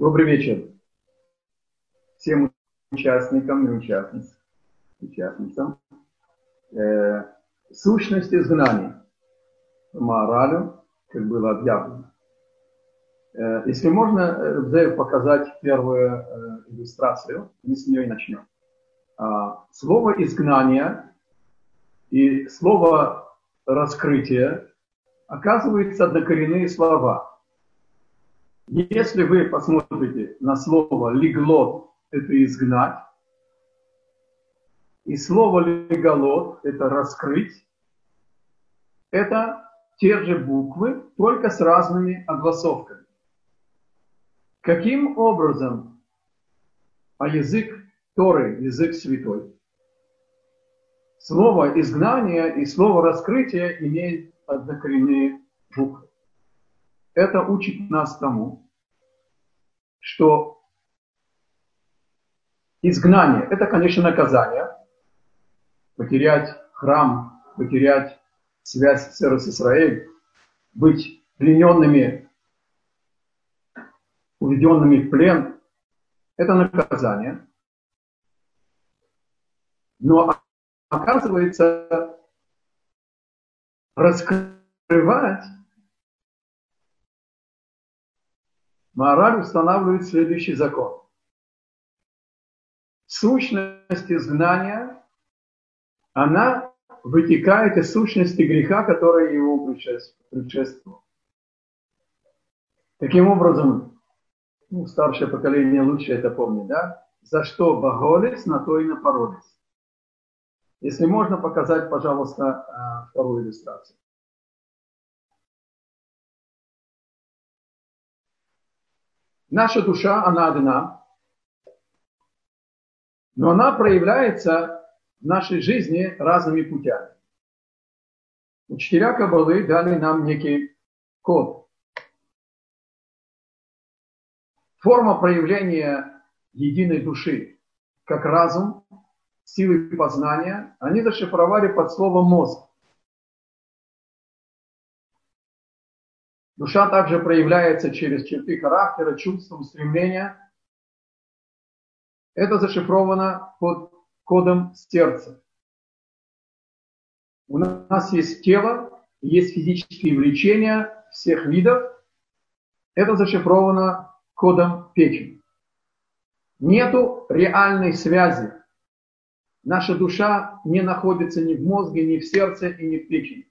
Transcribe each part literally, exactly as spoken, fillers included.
Добрый вечер всем участникам и участницам. участницам. Э, сущность изгнания Маоралю, как было объявлено. Э, если можно, э, показать первую э, иллюстрацию, мы с нее и начнем. А, слово изгнание и слово раскрытие оказываются однокоренные слова. Если вы посмотрите на слово леглот, это изгнать, и слово леголот, это раскрыть, это те же буквы, только с разными огласовками. Каким образом, а язык Торы, язык святой, слово изгнание и слово раскрытие имеют однокоренные буквы. Это учит нас тому, что изгнание – это, конечно, наказание. Потерять храм, потерять связь с Эрец-Исраэль, быть плененными, уведенными в плен – это наказание. Но, оказывается, раскрывать Маораль устанавливает следующий закон. Сущность изгнания, она вытекает из сущности греха, который его предшествовал. Таким образом, ну, старшее поколение лучше это помнит, да? За что боголись, на то и напоролись. Если можно показать, пожалуйста, вторую иллюстрацию. Наша душа, она одна, но она проявляется в нашей жизни разными путями. Учителя Каббалы дали нам некий код. Форма проявления единой души, как разум, силы познания, они зашифровали под словом мозг. Душа также проявляется через черты характера, чувства, устремления. Это зашифровано под кодом сердца. У нас есть тело, есть физические влечения всех видов. Это зашифровано кодом печени. Нету реальной связи. Наша душа не находится ни в мозге, ни в сердце и ни в печени.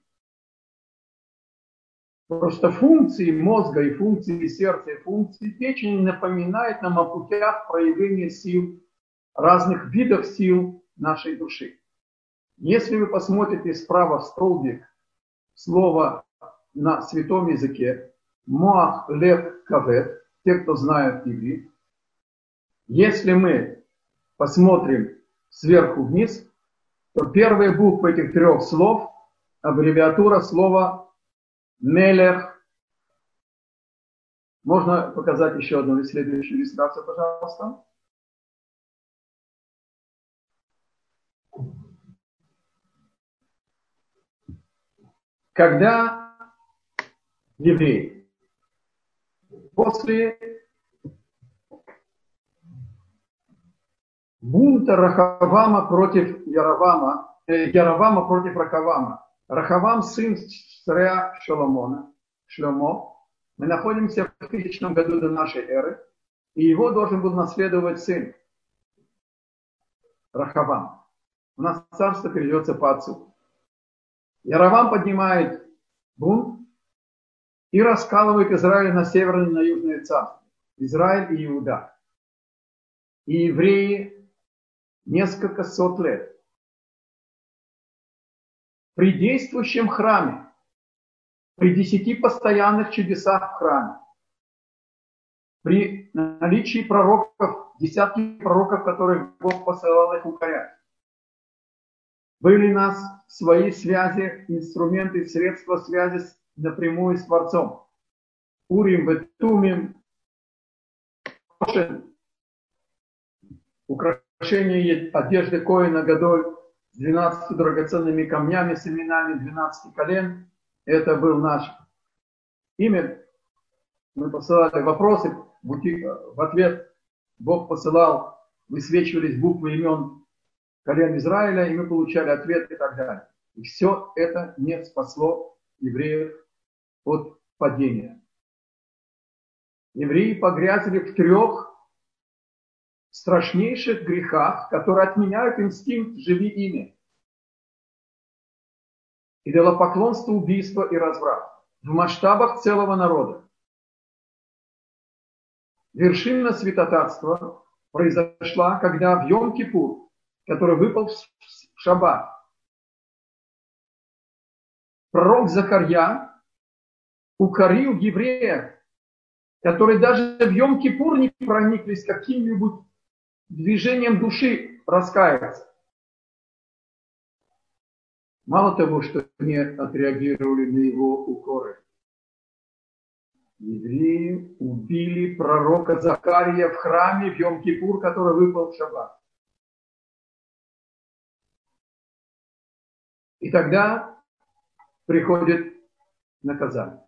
Просто функции мозга и функции сердца и функции печени напоминают нам о путях проявления сил, разных видов сил нашей души. Если вы посмотрите справа в столбик слово на святом языке «моах лев кавет», те, кто знают иврит, если мы посмотрим сверху вниз, то первые буквы этих трех слов – аббревиатура слова «мелех». Можно показать еще одну следующую иллюстрацию, пожалуйста? Когда евреи после бунта Рахавама против Яровама, э, Яровама против Рахавама, Рахавам сын царя Шоломона, Шломо, мы находимся в тысячном году до нашей эры, и его должен был наследовать сын Рахавам. У нас царство перейдется по отцу. Яровам поднимает бунт и раскалывает Израиль на северное и на южное царство. Израиль и Иуда. И евреи несколько сот лет при действующем храме, при десяти постоянных чудесах в храме, при наличии пророков, десятки пророков, которых Бог посылал их укорять, были у нас свои связи, инструменты, средства связи напрямую с Творцом. Урим, Ветумим, украшение одежды Коэна Гадоль с двенадцатью драгоценными камнями, с именами двенадцати колен. Это был наш имя. мы посылали вопросы, в ответ Бог посылал, высвечивались буквы имен колен Израиля, и мы получали ответ и так далее. И все это не спасло евреев от падения. Евреи погрязли в трех страшнейших грехах, которые отменяют инстинкт «живи ими». Идолопоклонство, убийство и разврат в масштабах целого народа. Вершина святотатства произошла, когда в Йом-Кипур, который выпал в шаббат, пророк Захарья укорил евреев, которые даже в Йом-Кипур не прониклись каким-нибудь движением души раскаяться. Мало того, что не отреагировали на его укоры, евреи убили пророка Захария в храме в Йом-Кипур, который выпал в шаббат. И тогда приходит наказание.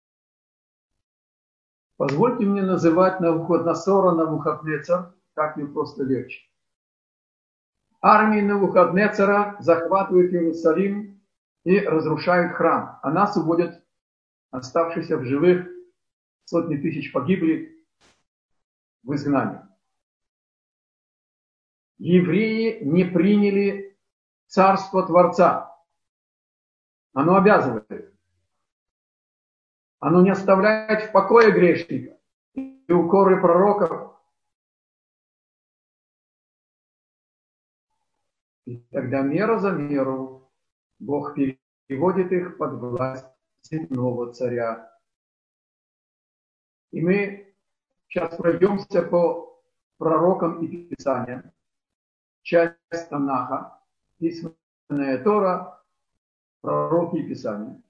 Позвольте мне называть Навуходоносора Навуходнецар, так мне просто легче. Армии Навуходоносора захватывают Иерусалим и разрушают храм, а нас уводят, оставшиеся в живых, сотни тысяч погибли в изгнании. Евреи не приняли царство Творца. Оно обязывает. Оно не оставляет в покое грешника и укоры пророков. И тогда мера за меру Бог переводит их под власть земного царя. И мы сейчас пройдемся по пророкам и писаниям. Часть Танаха, письменная Тора, пророки и писания.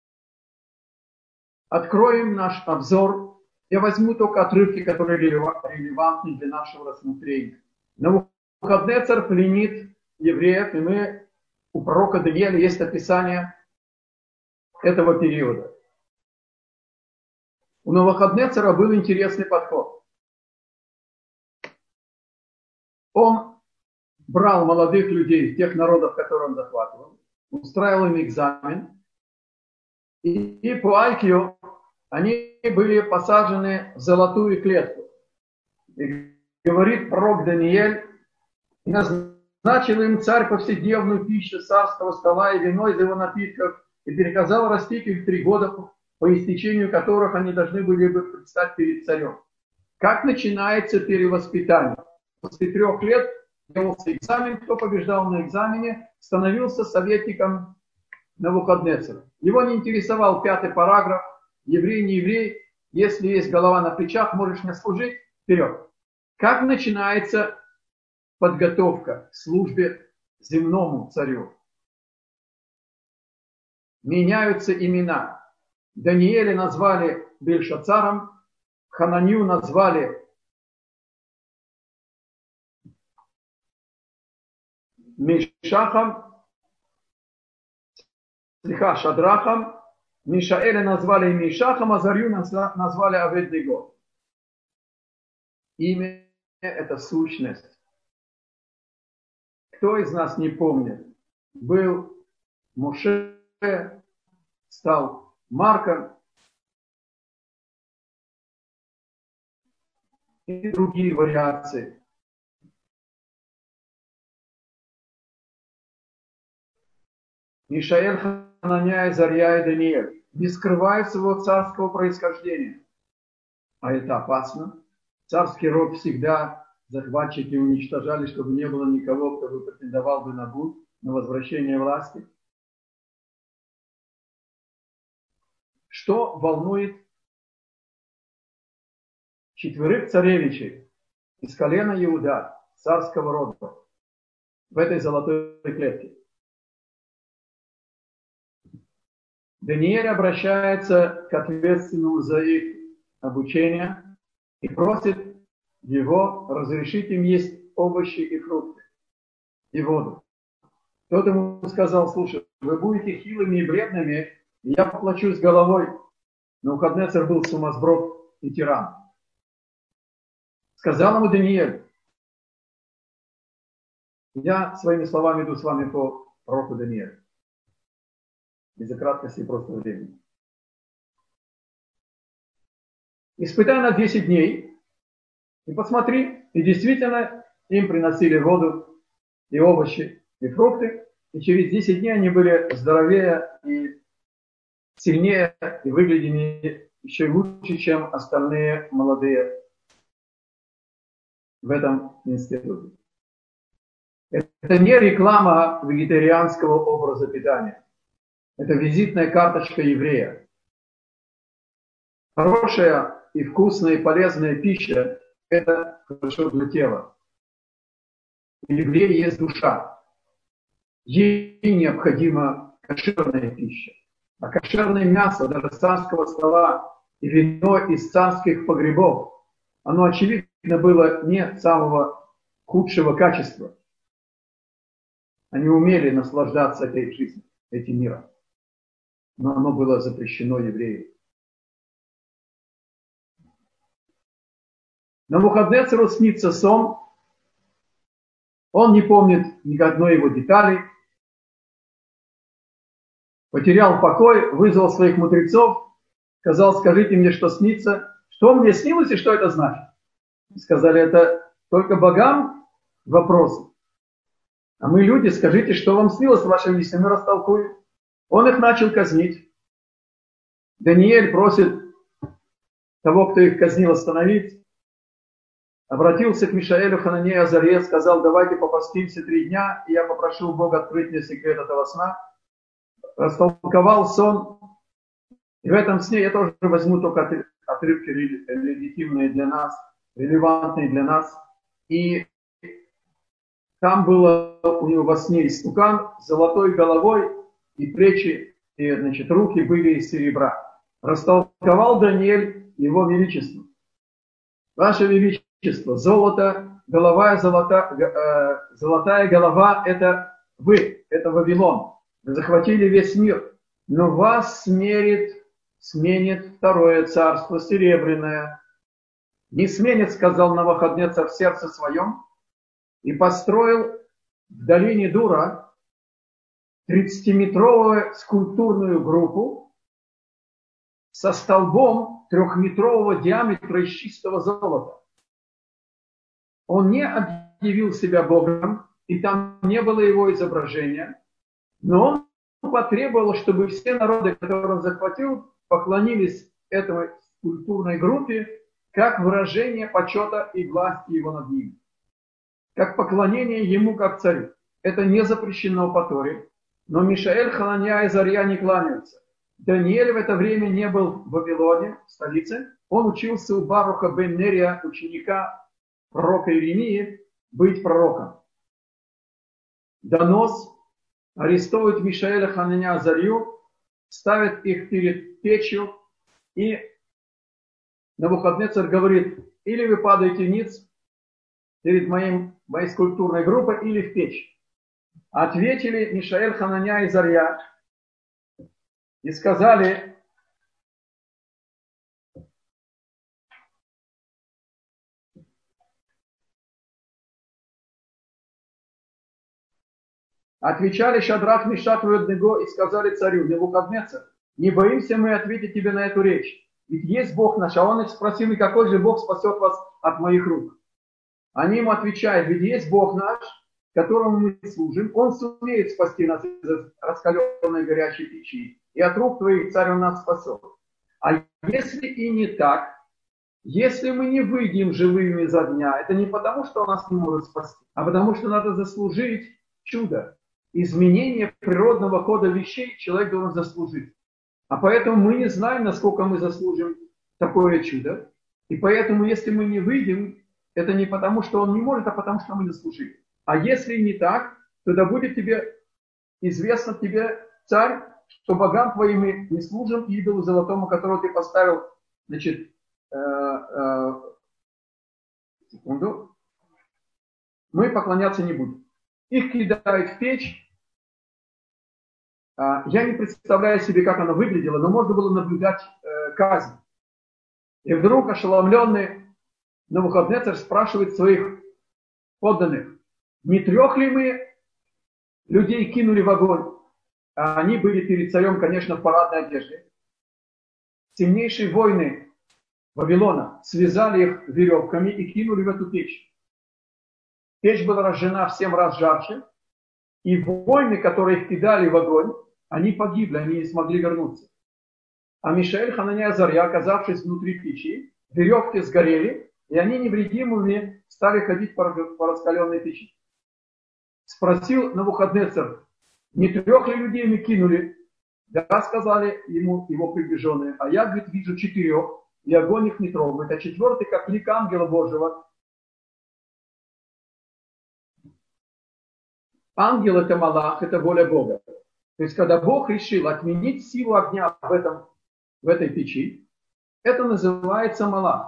Откроем наш обзор. Я возьму только отрывки, которые релевантны для нашего рассмотрения. Навуходоносор пленит евреев, и мы, у пророка Даниэля есть описание этого периода. У Навуходоносора был интересный подход. Он брал молодых людей, тех народов, которые он захватывал, устраивал им экзамен, и, и по ай кью они были посажены в золотую клетку. И говорит пророк Даниэль, и назначил им царь повседневную пищу царского стола и вино из его напитков, и переказал растить их три года, по истечению которых они должны были бы предстать перед царем. Как начинается перевоспитание? После трех лет делался экзамен, кто побеждал на экзамене, становился советником Навуходоносора. Его не интересовал пятый параграф, еврей, не еврей, если есть голова на плечах, можешь мне служить, вперед. Как начинается подготовка к службе земному царю? Меняются имена. Даниэля назвали Бельшацаром, Хананию назвали Мишахом, Слиха Шадрахом, Мишаэля назвали Мишахом, Азарью назвали Авед-Него. Имя – это сущность. Кто из нас не помнит? Был Моше, стал Марком и другие вариации. Мишаэль, Хананя, Азарья и Даниэль не скрывают своего царского происхождения. А это опасно. Царский род всегда захватчики уничтожали, чтобы не было никого, кто бы претендовал бы на бунт, на возвращение власти. Что волнует четверых царевичей из колена Иуда, царского рода, в этой золотой клетке? Даниэль обращается к ответственному за их обучение и просит его разрешить им есть овощи и фрукты, и воду. Тот ему сказал: слушай, вы будете хилыми и бледными, и я поплачусь головой. Но Навуходоносор был сумасброд, и тиран. Сказал ему Даниэль, я своими словами иду с вами по пророку Даниэлю. Из-за краткости и просто времени. Испытай на десять дней и посмотри, и действительно им приносили воду и овощи, и фрукты, и через десять дней они были здоровее и сильнее, и выглядели еще лучше, чем остальные молодые в этом институте. Это не реклама вегетарианского образа питания. Это визитная карточка еврея. Хорошая и вкусная и полезная пища – это хорошо для тела. У еврея есть душа. Ей необходима кошерная пища. А кошерное мясо даже с царского стола и вино из царских погребов, оно, очевидно, было не самого худшего качества. Они умели наслаждаться этой жизнью, этим миром. Но оно было запрещено евреям. Навуходоносору снится сон. Он не помнит ни одной его детали. Потерял покой, вызвал своих мудрецов. Сказал, скажите мне, что снится. Что мне снилось и что это значит? Сказали, это только богам вопросы. А мы люди, скажите, что вам снилось в вашем сне, мы растолкуем. Он их начал казнить. Даниэль просит того, кто их казнил, остановить. Обратился к Мишаэлю, Хананею, Азарье, сказал, давайте попастимся три дня, и я попрошу Бога открыть мне секрет этого сна. Растолковал сон. И в этом сне я тоже возьму только отрывки легитимные для нас, релевантные для нас. И там было у него во сне истукан с золотой головой, и плечи, и, значит, руки были из серебра. Растолковал Даниэль его величество. Ваше величество, золото, головая золота, э, золотая голова – это вы, это Вавилон. Вы захватили весь мир, но вас смерит, сменит второе царство, серебряное. Не сменит, сказал Навуходоносор, в сердце своем, и построил в долине Дура тридцатиметровую скульптурную группу со столбом трехметрового диаметра из чистого золота. Он не объявил себя Богом, и там не было его изображения, но он потребовал, чтобы все народы, которые он захватил, поклонились этой скульптурной группе как выражение почета и власти его над ними. Как поклонение ему как царю. Это не запрещено по Торе, но Мишаэль, Хананя и Азарья не кланяются. Даниэль в это время не был в Вавилоне, в столице. Он учился у Баруха бен Нерия, ученика пророка Иеремии, быть пророком. Донос арестовывает Мишаэля, Хананя, Азарью, ставит их перед печью, и Навуходоносор говорит, или вы падаете вниз перед моим, моей скульптурной группой, или в печь. Ответили Мишаэль, Хананя и Азарья и сказали, отвечали Шадрах, Мишах и Абедnego и сказали царю, Навуходоносор, не боимся мы ответить тебе на эту речь. Ведь есть Бог наш. А он их спросил, и какой же Бог спасет вас от моих рук? Они ему отвечают, ведь есть Бог наш, которому мы служим. Он сумеет спасти нас из раскаленной горячей печи. И от рук твоих царь он нас спасет. А если и не так, если мы не выйдем живыми изо дня, это не потому, что он нас не может спасти, а потому что надо заслужить чудо. Изменение природного хода вещей человек должен заслужить. А поэтому мы не знаем, насколько мы заслужим такое чудо. И поэтому, если мы не выйдем, это не потому, что он не может, а потому, что мы заслужили. А если не так, то да будет тебе известно тебе, царь, что богам твоим мы не служим, и идолу золотому, которого ты поставил, значит, э, э, секунду, мы поклоняться не будем. Их кидают в печь. Я не представляю себе, как она выглядела, но можно было наблюдать э, казнь. И вдруг ошеломленный Навуходоносор спрашивает своих подданных: не трех ли мы людей кинули в огонь? А они были перед царем, конечно, в парадной одежде. Сильнейшие воины Вавилона связали их веревками и кинули в эту печь. Печь была разжжена в семь раз жарче, и воины, которые их кидали в огонь, они погибли, они не смогли вернуться. А Мишаэль, Хананяй и Азарья, оказавшись внутри печи, веревки сгорели, и они невредимыми стали ходить по раскаленной печи. Спросил Навуходоносор: не трех ли людей мы кинули? Да, сказали ему его приближенные. А я, говорит, вижу четырех, и огонь их не трогает. А четвертый, как лик ангела Божьего. Ангел — это Малах, это воля Бога. То есть, когда Бог решил отменить силу огня в, этом, в этой печи, это называется Малах.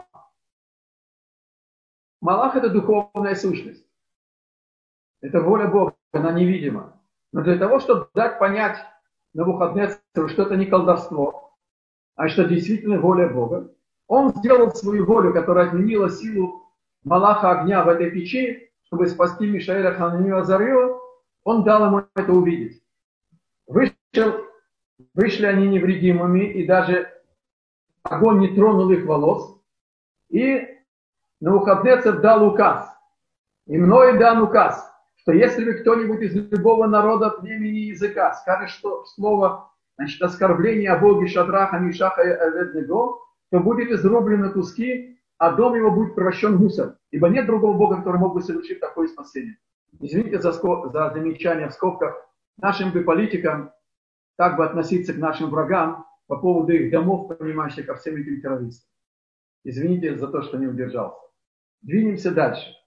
Малах — это духовная сущность. Это воля Бога, она невидима. Но для того, чтобы дать понять Навуходоносору, что это не колдовство, а что действительно воля Бога, он сделал свою волю, которая отменила силу Малаха огня в этой печи, чтобы спасти Мишаэля, Хананию и Азарью. Он дал ему это увидеть. Вышел, вышли они невредимыми, и даже огонь не тронул их волос. И Навуходоносор дал указ, и мною дан указ, что если бы кто-нибудь из любого народа, племени и языка скажет что, слово, значит, оскорбление о Боге Шадраха, Мишаха и Аведnego, то будет изрублен на куски, а дом его будет превращен в мусор. Ибо нет другого Бога, который мог бы совершить такое спасение. Извините за, скоб, за замечание в скобках. Нашим бы политикам так бы относиться к нашим врагам по поводу их домов, понимающих ко всем этим террористам. Извините за то, что не удержался. Двинемся дальше.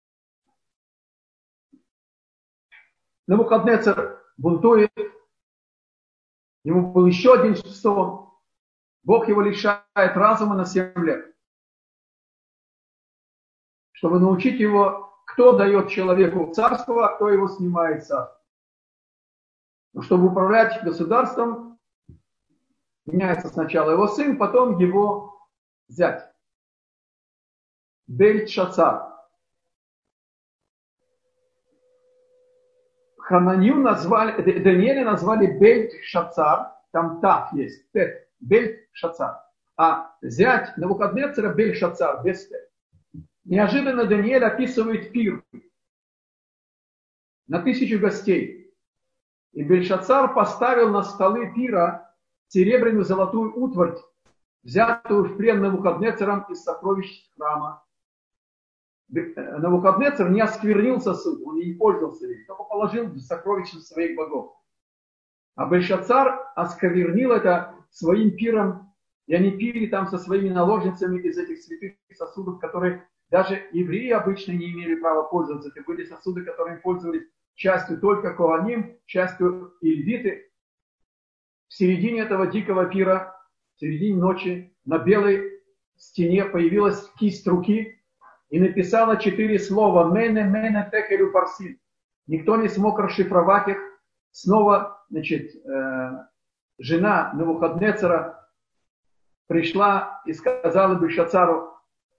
Навуходоносор бунтует. Ему был еще один сон. Бог его лишает разума на семь лет. Чтобы научить его, кто дает человеку царство, а кто его снимает царство. Но чтобы управлять государством, меняется сначала его сын, потом его зять. Бельтшацар. Хананию назвали, Даниэля назвали Бельтшацар, там тав есть, тет, Бельтшацар. А зять Навуходоносора Бельтшацар, без тет. Неожиданно Даниэль описывает пир на тысячу гостей. И Бельтшацар поставил на столы пира серебряную золотую утварь, взятую в плен Навуходоносором из сокровищ храма. Навуходоносор не осквернил сосуд, он не пользовался им, только положил в сокровища своих богов. А Бельтшацар осквернил это своим пиром, и они пили там со своими наложницами из этих святых сосудов, которые даже евреи обычно не имели права пользоваться. Это были сосуды, которыми пользовались частью только коаним, частью и левиты. В середине этого дикого пира, в середине ночи, на белой стене появилась кисть руки и написала четыре слова «Мене, мене, текелю парсин». Никто не смог расшифровать их. Снова, значит, э, жена Навуходоносора пришла и сказала Бельтшацару: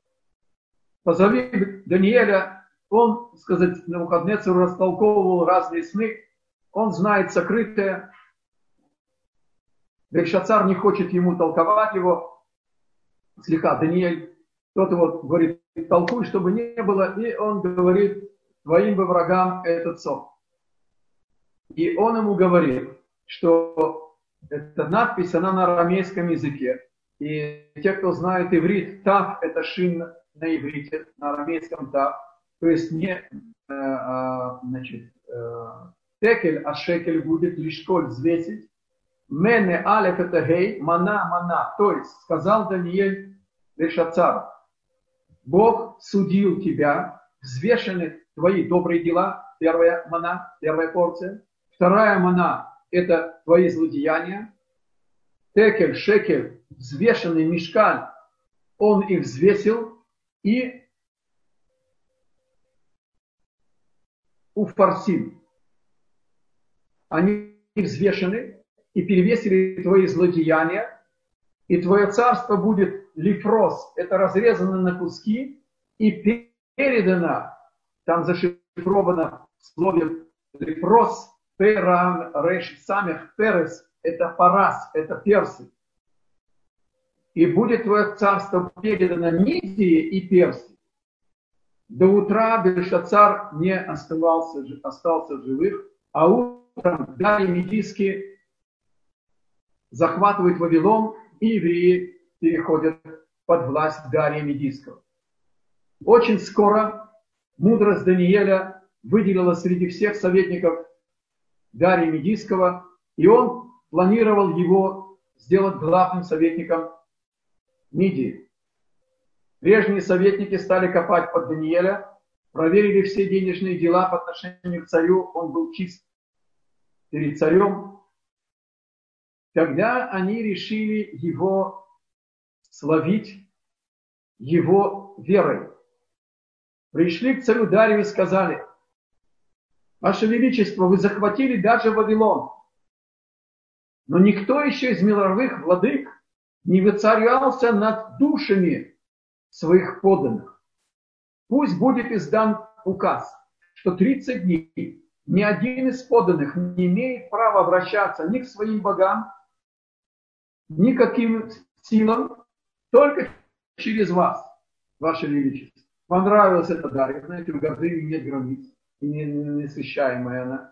позови Даниэля. Он, сказать, Навуходоносору растолковывал разные сны. Он знает сокрытое. Бельтшацар не хочет ему толковать его. Слегка Даниэль, тот его говорит: толкуй, чтобы не было. И он говорит: твоим бы врагам этот сон. И он ему говорит, что эта надпись, она на арамейском языке. И те, кто знает иврит, тав — это шин на иврите, на арамейском тав. То есть не э, э, значит, э, текель, а шекель будет лишь коль взвесить. Мене алеф — это гей, мана, мана. То есть сказал Даниэль Бельтшацару: Бог судил тебя, взвешены твои добрые дела. Первая мана, первая порция. Вторая мана — это твои злодеяния. Текель, шекель, взвешенный мишкаль, он их взвесил и уфарсим. Они взвешены и перевесили твои злодеяния, и твое царство будет лифрос, это разрезано на куски и передано, там зашифровано в слове лифрос, перам, реш, самих, перес, это парас, это персы. И будет твое царство передано Мидии и Персии. До утра Бельшацар не оставался, остался в живых, а утром Дарий Медийский захватывает Вавилон, и евреи переходят под власть Дария Медийского. Очень скоро мудрость Даниэля выделила среди всех советников Дария Медийского, и он планировал его сделать главным советником Мидии. Прежние советники стали копать под Даниэля, проверили все денежные дела по отношению к царю, он был чист перед царем. Тогда они решили его словить его верой. Пришли к царю Дарию и сказали: Ваше Величество, вы захватили даже Вавилон, но никто еще из мировых владык не воцарялся над душами своих подданных. Пусть будет издан указ, что тридцать дней ни один из подданных не имеет права обращаться ни к своим богам, ни к каким силам, только через вас, Ваше Величество. Понравилось это Дарья, знаете, у гордыни нет границ, и несвящаемая она.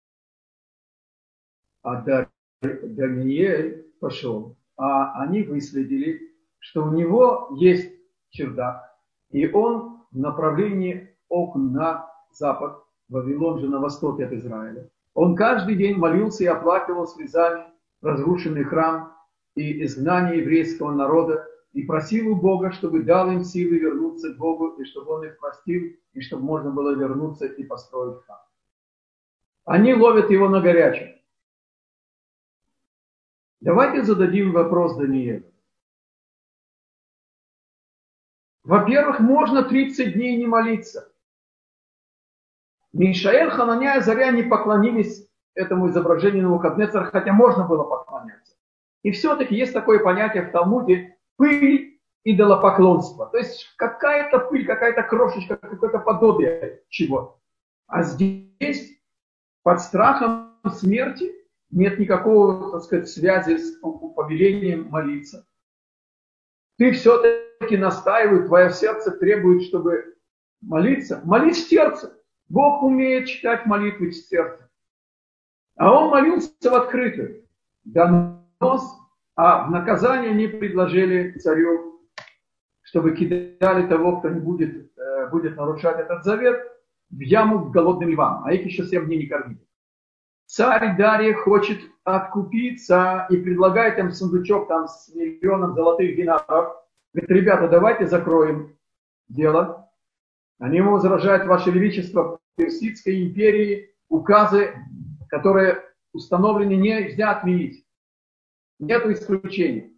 А Даниэль пошел. А они выследили, что у него есть чердак, и он в направлении окон на запад, Вавилон же на востоке от Израиля. Он каждый день молился и оплакивал слезами разрушенный храм и изгнание еврейского народа, и просил у Бога, чтобы дал им силы вернуться к Богу, и чтобы Он их простил, и чтобы можно было вернуться и построить храм. Они ловят его на горячем. Давайте зададим вопрос Даниэлю. Во-первых, можно тридцать дней не молиться. Мишаэль, Хананяя, Азария не поклонились этому изображению Навуходоносора, хотя можно было поклоняться. И все-таки есть такое понятие в Талмуде — пыль идолопоклонства. То есть какая-то пыль, какая-то крошечка, какое-то подобие чего. А здесь под страхом смерти нет никакого, так сказать, связи с повелением молиться. Ты все-таки настаиваешь, твое сердце требует, чтобы молиться. Молись в сердце. Бог умеет читать молитвы в сердце. А он молился в открытую. Донос, а в наказание не предложили царю, чтобы кидали того, кто не будет, э, будет нарушать этот завет, в яму к голодным львам. А их еще семь дней не кормили. Царь Дарий хочет откупиться и предлагает им сундучок там с миллионом золотых динаров. Говорит: ребята, давайте закроем дело. Они ему возражают: Ваше Величество, в Персидской империи указы, которые установлены, нельзя отменить. Нет исключений.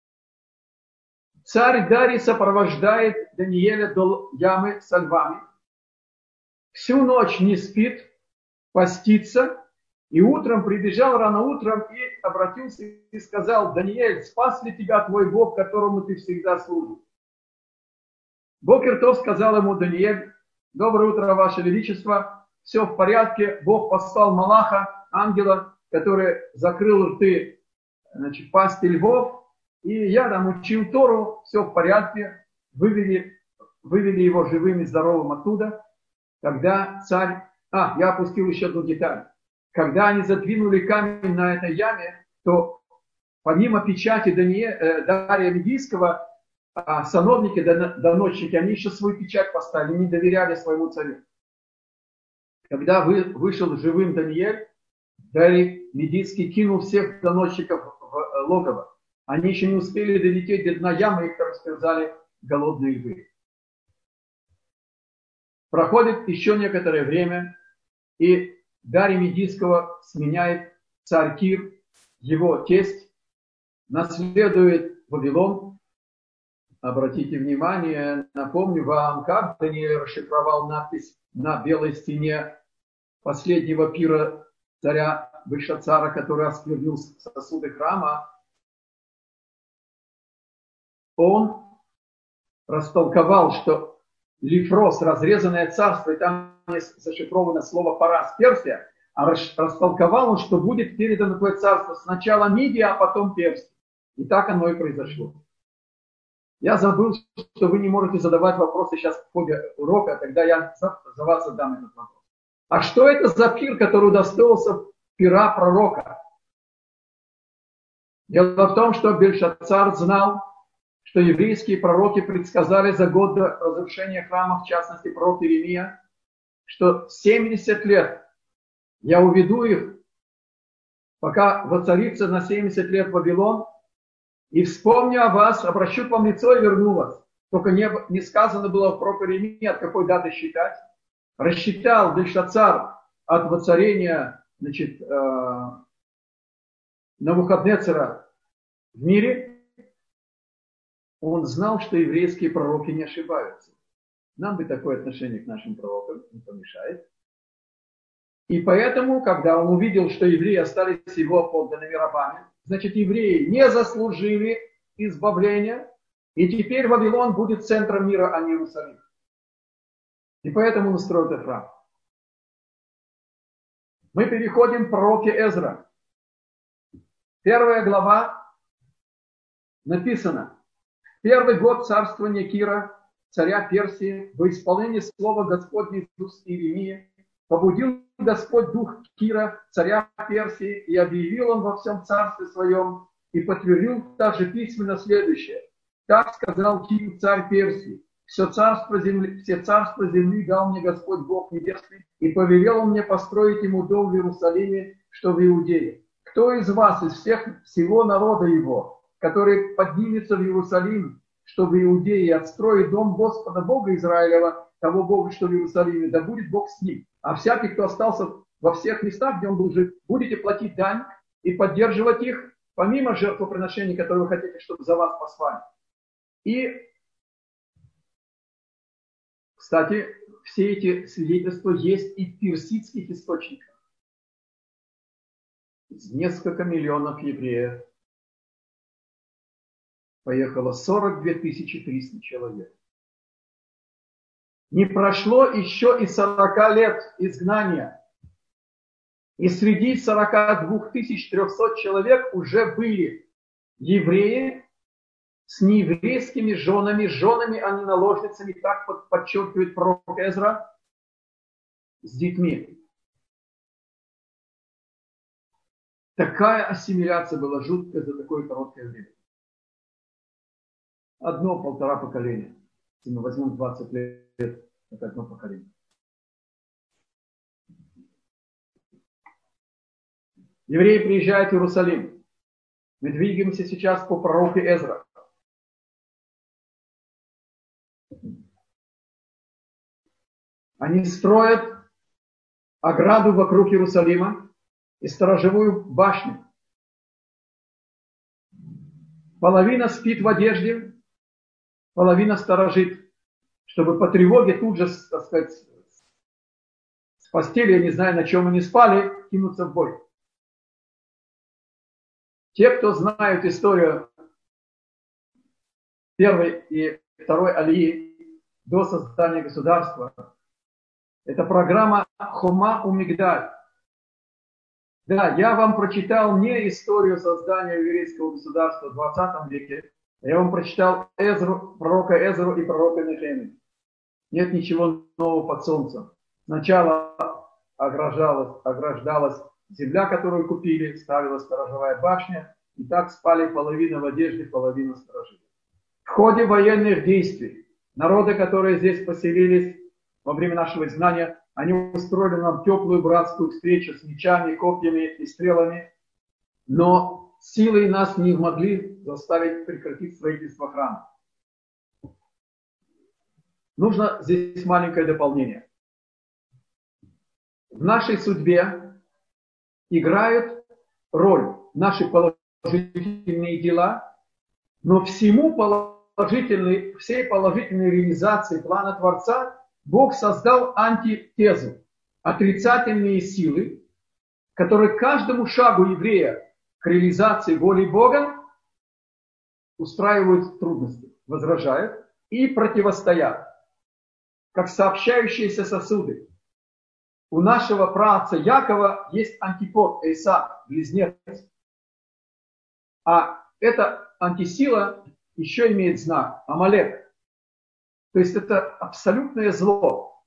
Царь Дарий сопровождает Даниэля до ямы со львами. Всю ночь не спит, постится. И утром прибежал рано утром и обратился и сказал: Даниэль, спас ли тебя твой Бог, которому ты всегда служишь? Бокер Тов сказал ему: Даниэль, доброе утро, Ваше Величество, все в порядке, Бог послал Малаха, ангела, который закрыл рты, значит, пасти львов, и я там учил Тору, все в порядке, вывели, вывели его живым и здоровым оттуда, когда царь... А, я опустил еще одну деталь. Когда они задвинули камень на этой яме, то помимо печати Дание, э, Дария Медийского, а сановники, доносчики, они еще свою печать поставили, не доверяли своему царю. Когда вы, вышел живым Даниэль, Дарий Медийский кинул всех доносчиков в логово. Они еще не успели долететь до дна ямы, их растерзали голодные львы. Проходит еще некоторое время, и Дария Медийского сменяет царь Кир, его тесть, наследует Вавилон. Обратите внимание, напомню вам, как Даниэль расшифровал надпись на белой стене последнего пира царя Бельшацара, который осквернил сосуды храма. он растолковал, что Лифрос, разрезанное царство, и там зашифровано слово Парас, Персия, а растолковал он, что будет передано такое царство сначала Мидия, а потом Персия. И так оно и произошло. Я забыл, что вы не можете задавать вопросы сейчас в ходе урока, тогда я за вас задам этот вопрос. А что это за пир, который удостоился пира пророка? Дело в том, что Бельшацар знал, что еврейские пророки предсказали за год до разрушения храма, в частности пророк Иеремия, что семьдесят лет я уведу их, пока воцарится на семьдесят лет Вавилон, и вспомню о вас, обращу к вам лицо и верну вас. Только не, не сказано было в пророке Иеремии, от какой даты считать. Рассчитал Бельшацар от воцарения, значит, э, Навуходнецера в мире. Он знал, что еврейские пророки не ошибаются. Нам бы такое отношение к нашим пророкам не помешает. И поэтому, когда он увидел, что евреи остались его подданными рабами, значит, евреи не заслужили избавления, и теперь Вавилон будет центром мира, а не Иерусалим. И поэтому он строит этот храм. Мы переходим к пророке Эзра. Первая глава написано: первый год царствования Кира, царя Персии, во исполнении слова Господня из уст Иеремии, побудил Господь дух Кира, царя Персии, и объявил он во всем царстве своем, и подтвердил также письменно следующее. Так сказал Кир, царь Персии: все царство земли, все царства земли дал мне Господь Бог Небесный, и повелел он мне построить ему дом в Иерусалиме, что в Иудее. Кто из вас, из всех, всего народа его, который поднимется в Иерусалим, что в Иудее, отстроит дом Господа Бога Израилева, того Бога, что в Иерусалиме, да будет Бог с ним. А всякий, кто остался во всех местах, где он был жив, будете платить дань и поддерживать их, помимо жертвоприношений, которые вы хотите, чтобы за вас послали. И, кстати, все эти свидетельства есть и в персидских источниках. Несколько миллионов евреев поехало, сорок две тысячи триста человек. Не прошло еще и сорока лет изгнания. И среди сорока двух тысяч трехсот человек уже были евреи с нееврейскими женами, женами, а не наложницами, так подчеркивает пророк Эзра, с детьми. Такая ассимиляция была жуткая за такое короткое время. Одно-полтора поколения. Если мы возьмем двадцать лет, это одно поколение. Евреи приезжают в Иерусалим. Мы двигаемся сейчас по пророку Эзра. Они строят ограду вокруг Иерусалима и сторожевую башню. Половина спит в одежде, половина сторожит, чтобы по тревоге тут же, так сказать, с постели, я не знаю, на чем они спали, кинуться в бой. Те, кто знают историю первой и второй алии до создания государства, это программа Хома Умигдаль. Да, я вам прочитал не историю создания еврейского государства в двадцатом веке, я вам прочитал Эзру, пророка Эзру и пророка Нехемию. Нет ничего нового под солнцем. Сначала ограждалась, ограждалась земля, которую купили, ставилась сторожевая башня, и так спали половина в одежде, половина сторожили. В ходе военных действий народы, которые здесь поселились во время нашего изгнания, они устроили нам теплую братскую встречу с мечами, копьями и стрелами, но силой нас не могли заставить прекратить строительство храма. Нужно здесь маленькое дополнение. В нашей судьбе играют роль наши положительные дела, но всему положительной, всей положительной реализации плана Творца Бог создал антитезу, отрицательные силы, которые каждому шагу еврея к реализации воли Бога устраивают трудности, возражают и противостоят, как сообщающиеся сосуды. У нашего праотца Якова есть антипод Эйсав, близнец. А эта антисила еще имеет знак Амалек. То есть это абсолютное зло.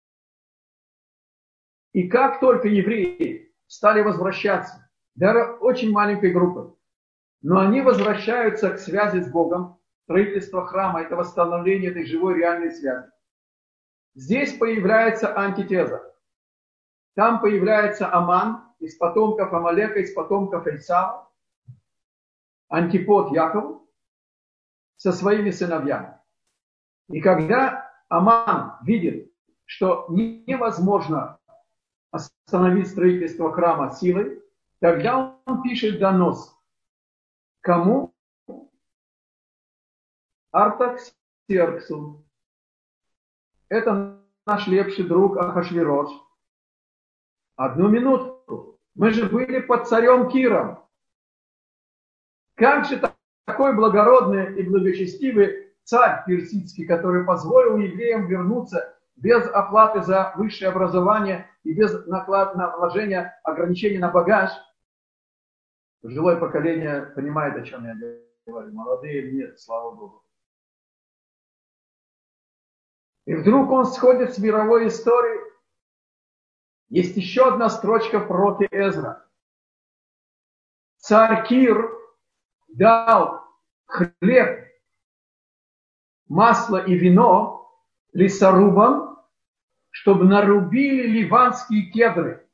И как только евреи стали возвращаться, даже очень маленькой группой, но они возвращаются к связи с Богом, строительство храма, это восстановление этой живой реальной связи. Здесь появляется антитеза. Там появляется Аман из потомков Амалека, из потомков Эйсава, антипод Якову со своими сыновьями. И когда Аман видит, что невозможно остановить строительство храма силой, тогда он пишет донос. Кому? Артаксерксу. Это наш лепший друг Ахашвирош. Одну минутку. Мы же были под царем Киром. Как же такой благородный и благочестивый царь персидский, который позволил евреям вернуться без оплаты за высшее образование и без наклад, наложения ограничений на багаж? Пожилое поколение понимает, о чем я говорю. Молодые нет, слава Богу. И вдруг он сходит с мировой истории. Есть еще одна строчка в пророке Эзра. Царь Кир дал хлеб, масло и вино лесорубам, чтобы нарубили ливанские кедры.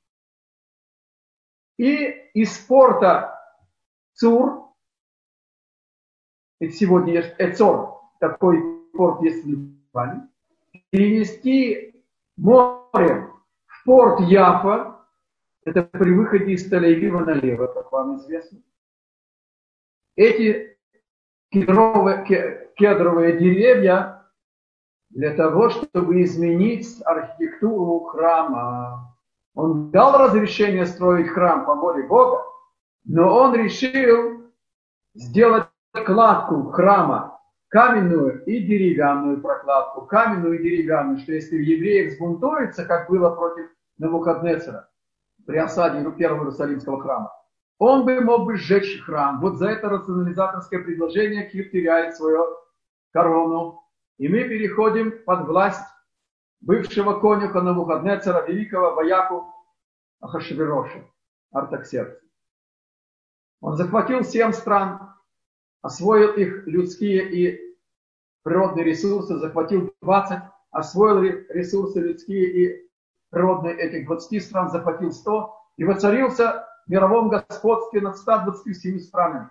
И из порта Цур, это сегодня есть Эцор, такой порт есть в Ливане, перевести море в порт Яфа, это при выходе из Тель-Авива налево, как вам известно. Эти кедровые, кедровые деревья для того, чтобы изменить архитектуру храма. Он дал разрешение строить храм по воле Бога, но он решил сделать кладку храма, каменную и деревянную прокладку, каменную и деревянную, что если евреи взбунтуются, как было против Навуходнецера при осаде первого Иерусалимского храма, он бы мог бы сжечь храм. Вот за это рационализаторское предложение Кир теряет свою корону. И мы переходим под власть бывшего конюха Навуходнецера, великого вояку Ахашвироша, Артаксеркса. Он захватил семь стран, освоил их людские и природные ресурсы, захватил двадцать, освоил ресурсы людские и природные этих двадцати стран, захватил сто и воцарился в мировом господстве над ста двадцатью семью странами.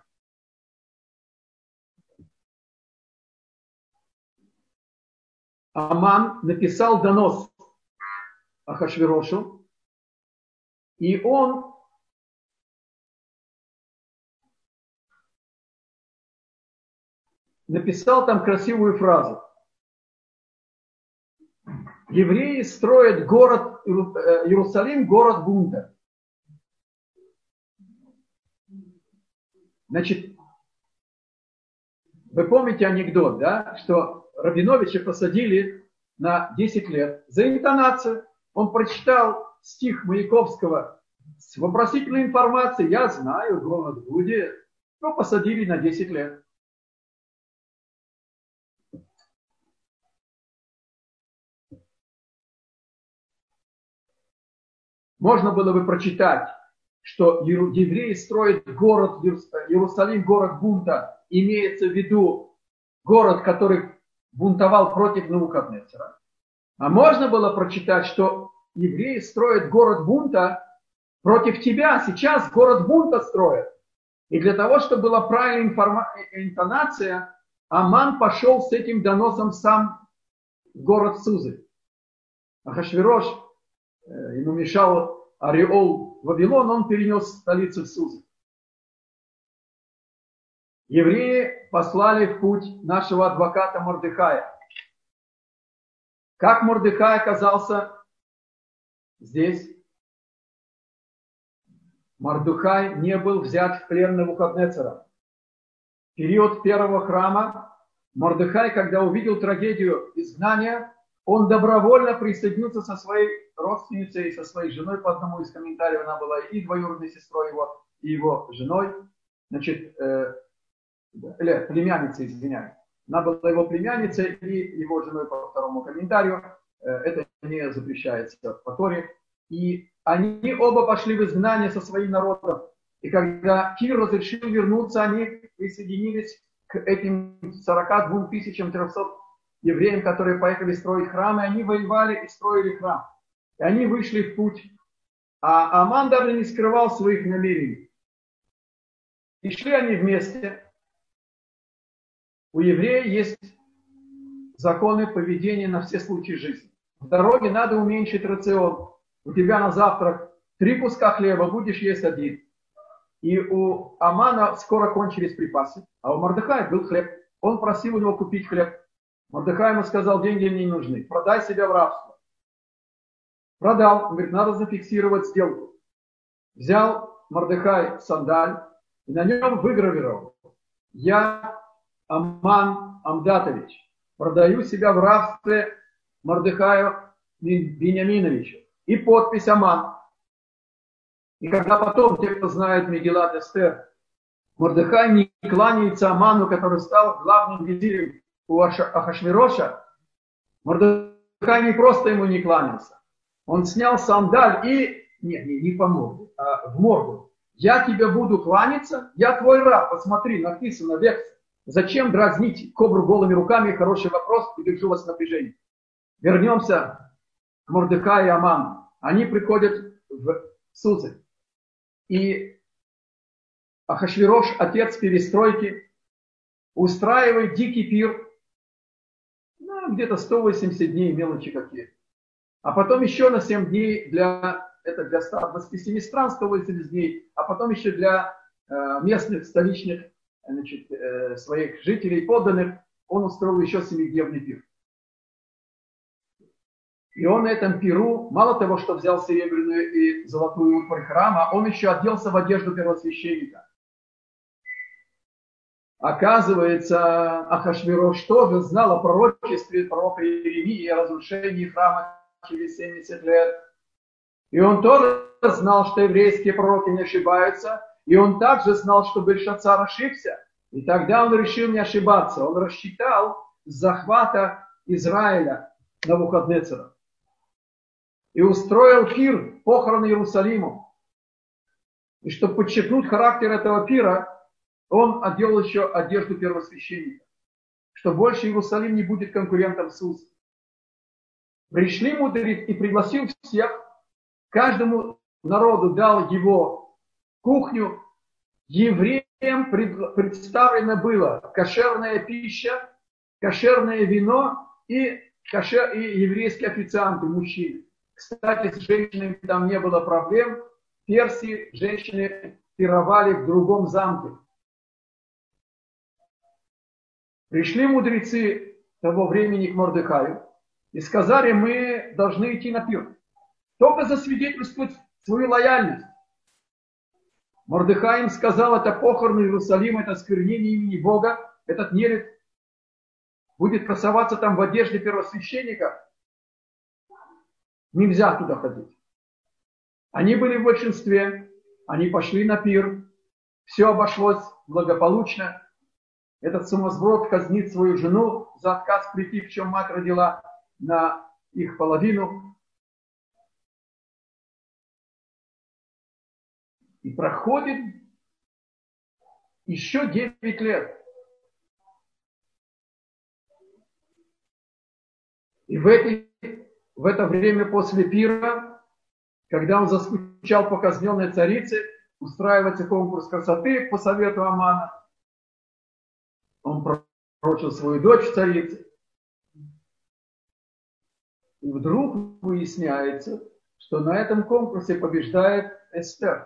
Аман написал донос Ахашвирошу, и он написал там красивую фразу. Евреи строят город Иерусалим, город бунта. Значит, вы помните анекдот, да, что Рабиновича посадили на десять лет за интонацию. Он прочитал стих Маяковского с вопросительной информацией. Я знаю, голод будет. Но посадили на десять лет. Можно было бы прочитать, что евреи строят город Иерусалим, город бунта. Имеется в виду город, который бунтовал против Навуходнецера. А можно было прочитать, что евреи строят город бунта против тебя. Сейчас город бунта строят. И для того, чтобы была правильная информа- интонация, Аман пошел с этим доносом сам в город Сузы. Ахашвирош, ему мешал ореол Вавилон, он перенес столицу в Сузы. Евреи послали в путь нашего адвоката Мордехая. Как Мордехай оказался здесь? Мордехай не был взят в плен Навуходнецера. период первого храма, Мордехай, когда увидел трагедию изгнания, он добровольно присоединился со своей родственницей, со своей женой, по одному из комментариев, она была и двоюродной сестрой его, и его женой, значит, э, или племянницей, извиняюсь. Она была его племянницей и его женой по второму комментарию. Э, это не запрещается по Торе. И они оба пошли в изгнание со своим народом. И когда Кир разрешил вернуться, они присоединились к этим сорока двум тысячам трёхсот евреям, которые поехали строить храм, и они воевали и строили храм. И они вышли в путь. А Аман даже не скрывал своих намерений. И шли они вместе. У еврея есть законы поведения на все случаи жизни. В дороге надо уменьшить рацион. У тебя на завтрак три куска хлеба, будешь есть один. И у Амана скоро кончились припасы, а у Мордехая был хлеб. Он просил у него купить хлеб. Мордехай ему сказал, деньги мне не нужны, продай себя в рабство. Продал, он говорит, надо зафиксировать сделку. Взял Мордехай сандаль и на нем выгравировал: я, Аман Амдатович, продаю себя в рабстве Мордехаю Биньяминовичу. И подпись Аман. И когда потом, те, кто знает Мегилат Эстер, Мордехай не кланяется Аману, который стал главным визирем у Ахашвироша, Мордехай не просто ему не кланялся. Он снял сандаль и, не, не, не по морду, а в морду. Я тебе буду кланяться, я твой раб, посмотри, написано в Эксе. Зачем дразнить кобру голыми руками? Хороший вопрос, и держу вас в напряжении. Вернемся к Мордехаю и Аману. Они приходят в Сузы. И Ахашвирош, отец перестройки, устраивает дикий пир. Ну, где-то сто восемьдесят дней, мелочи какие. А потом еще на семь дней для, это для ста двадцати семи стран сто восемьдесят дней, а потом еще для э, местных, столичных, значит, э, своих жителей, подданных, он устроил еще семидневный пир. И он на этом пиру, мало того, что взял серебряную и золотую утварь храма, он еще оделся в одежду первосвященника. Оказывается, Ахашвирош тоже знал о пророчестве пророка Иеремии, о разрушении храма через семьдесят лет. И он тоже знал, что еврейские пророки не ошибаются. И он также знал, что Бельшацар ошибся. И тогда он решил не ошибаться. Он рассчитал захвата Израиля Навуходнецера. И устроил пир, похороны Иерусалиму. И чтобы подчеркнуть характер этого пира, он одел еще одежду первосвященника, что больше Иерусалим не будет конкурентом с Сузой. Пришли мудрецы и пригласил всех, каждому народу дал его кухню. Евреям представлено было кошерная пища, кошерное вино и, кошер, и еврейские официанты, мужчины. Кстати, с женщинами там не было проблем. В Персии женщины пировали в другом замке. Пришли мудрецы того времени к Мордехаю и сказали, мы должны идти на пир. Только засвидетельствовать свою лояльность. Мордехай им сказал, это похороны Иерусалима, это осквернение имени Бога. Этот нелюдь будет красоваться там в одежде первосвященника. Нельзя туда ходить. Они были в большинстве, они пошли на пир, все обошлось благополучно. Этот сумасброд казнит свою жену за отказ прийти, в чем мать родила, на их половину. И проходит еще девять лет. И в, эти, в это время после пира, когда он заскучал по казненной царице, устраивается конкурс красоты по совету Амана. Он пророчил свою дочь царице. И вдруг выясняется, что на этом конкурсе побеждает Эстер.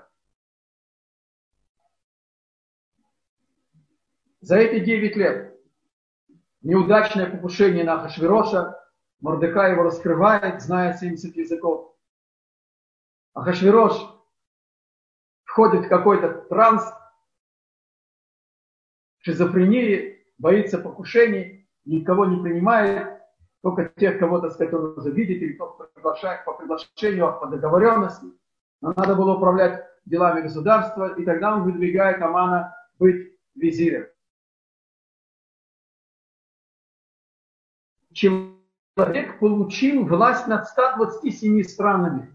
За эти девять лет неудачное покушение на Ахашвироша, Мордехай его раскрывает, зная семьдесят языков. Ахашвирош входит в какой-то транс, шизофрении, боится покушений, никого не принимает, только тех, кого, так сказать, он уже видит, или кто приглашает по приглашению, по договоренности. Но надо было управлять делами государства, и тогда он выдвигает Амана быть визирем. Человек получил власть над ста двадцатью семью странами.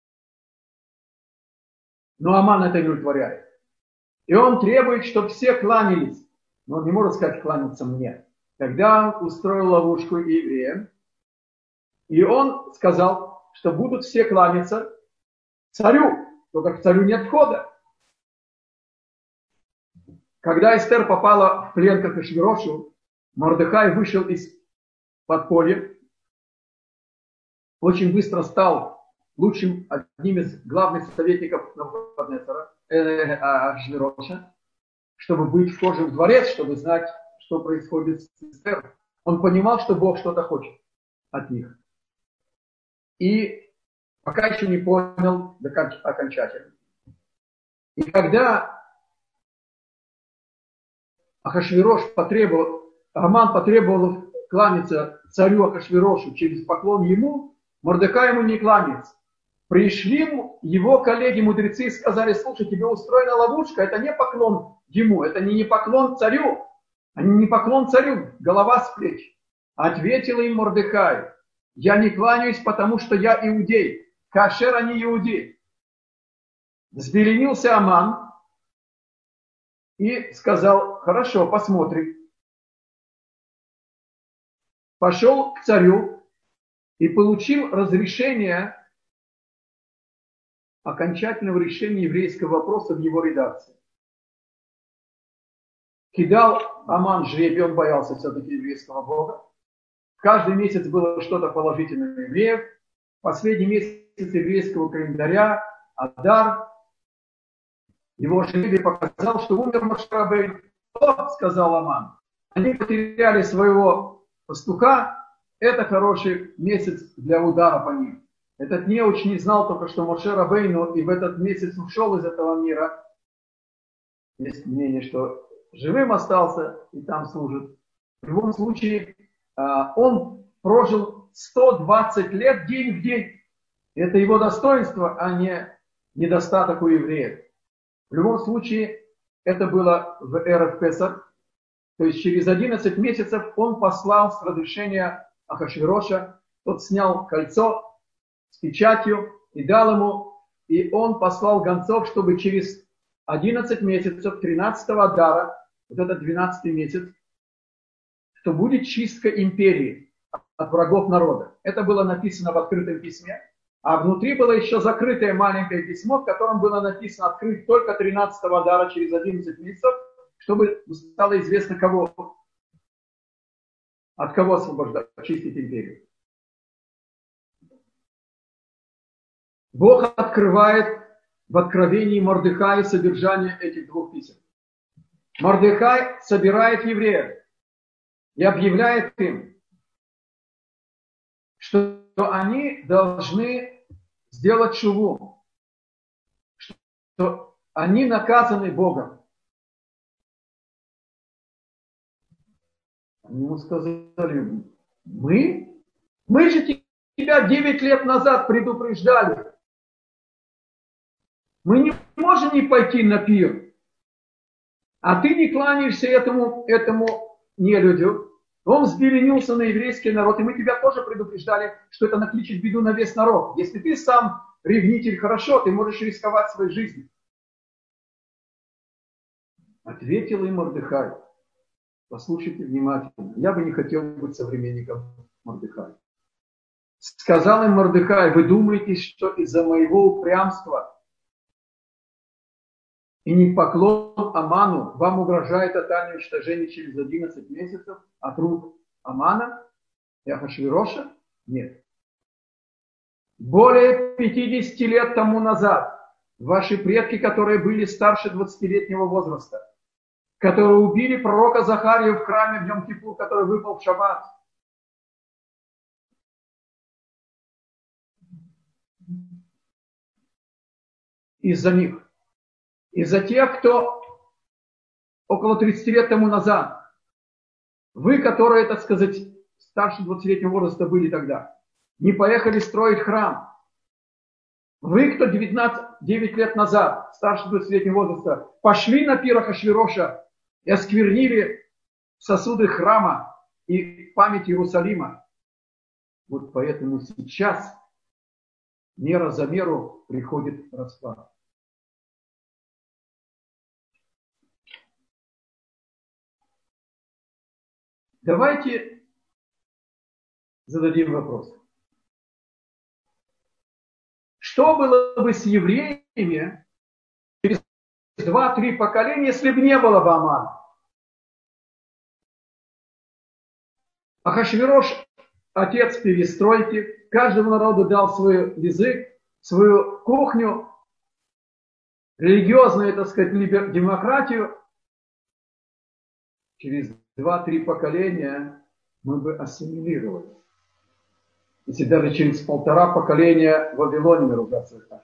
Но Аман это не удовлетворяет. И он требует, чтобы все кланялись. Но он не может сказать кланяться мне. Тогда он устроил ловушку евреям. И он сказал, что будут все кланяться царю. Только к царю нет входа. Когда Эстер попала в плен к Ахашвирошу, Мордехай вышел из подполья. Очень быстро стал лучшим, одним из главных советников Навуходоносора, э, Ахашвироша, чтобы быть вхожим в дворец, чтобы знать, что происходит с Эстер. Он понимал, что Бог что-то хочет от них. И пока еще не понял окончательно. И когда Ахашвирош потребовал, Аман потребовал кланяться царю Ахашвирошу через поклон ему, Мордехай ему не кланяется. Пришли его коллеги-мудрецы и сказали: слушай, тебе устроена ловушка, это не поклон ему, это не, не поклон царю, а не поклон царю, голова с плеч. Ответил им Мордехай: я не кланяюсь, потому что я иудей, кашер они иудей. Взбеленился Аман и сказал: хорошо, посмотрим. Пошел к царю и получил разрешение окончательного решения еврейского вопроса в его редакции. Кидал Аман жребий, он боялся все-таки еврейского бога. Каждый месяц было что-то положительное для евреев. Последний месяц еврейского календаря, Адар, его жребий показал, что умер Моше Рабейну. О, сказал Аман, они потеряли своего пастуха, это хороший месяц для удара по ним. Этот неуч не знал только, что Моше Рабейну и в этот месяц ушел из этого мира. Есть мнение, что живым остался и там служит. В любом случае, он прожил сто двадцать лет день в день. Это его достоинство, а не недостаток у евреев. В любом случае, это было в эру Песах. То есть через одиннадцать месяцев он послал с разрешения Ахашвироша. Тот снял кольцо с печатью и дал ему. И он послал гонцов, чтобы через одиннадцать месяцев, тринадцатого Адара, вот этот двенадцатый месяц, что будет чистка империи от врагов народа. Это было написано в открытом письме. А внутри было еще закрытое маленькое письмо, в котором было написано открыть только тринадцатого Адара через одиннадцать месяцев, чтобы стало известно, кого, от кого освобождать, очистить империю. Бог открывает в откровении Мордехаю содержание этих двух писем. Мордехай собирает евреев и объявляет им, что они должны сделать шуву, что они наказаны Богом. Они ему сказали: мы? Мы же тебя девять лет назад предупреждали. Мы не можем не пойти на пир. А ты не кланяешься этому, этому нелюдю. Он взбеленился на еврейский народ, и мы тебя тоже предупреждали, что это накличет беду на весь народ. Если ты сам ревнитель, хорошо, ты можешь рисковать своей жизнью. Ответил им Мордехай: послушайте внимательно, я бы не хотел быть современником Мордехая. Сказал им Мордехай: вы думаете, что из-за моего упрямства и непоклон Аману вам угрожает тотальное уничтожение через одиннадцать месяцев от рук Амана и Ахашвироша? Нет. Более пятидесяти лет тому назад ваши предки, которые были старше двадцатилетнего возраста, которые убили пророка Захарию в храме в Йом-Кипур, который выпал в шаббат, из-за них, из-за тех, кто около тридцати лет тому назад. Вы, которые, так сказать, старше двадцатилетнего возраста были тогда, не поехали строить храм. Вы, кто девятнадцать, девять лет назад, старше двадцатилетнего возраста, пошли на пир Ахашвироша и осквернили сосуды храма и память Иерусалима. Вот поэтому сейчас мера за меру приходит расплата. Давайте зададим вопрос. Что было бы с евреями через два-три поколения, если бы не было бы Амана? Ахашвирош, отец перестройки, каждому народу дал свой язык, свою кухню, религиозную, так сказать, демократию. Через два-три поколения мы бы ассимилировали. Если даже через полтора поколения в Вавилоне мы ругаться так.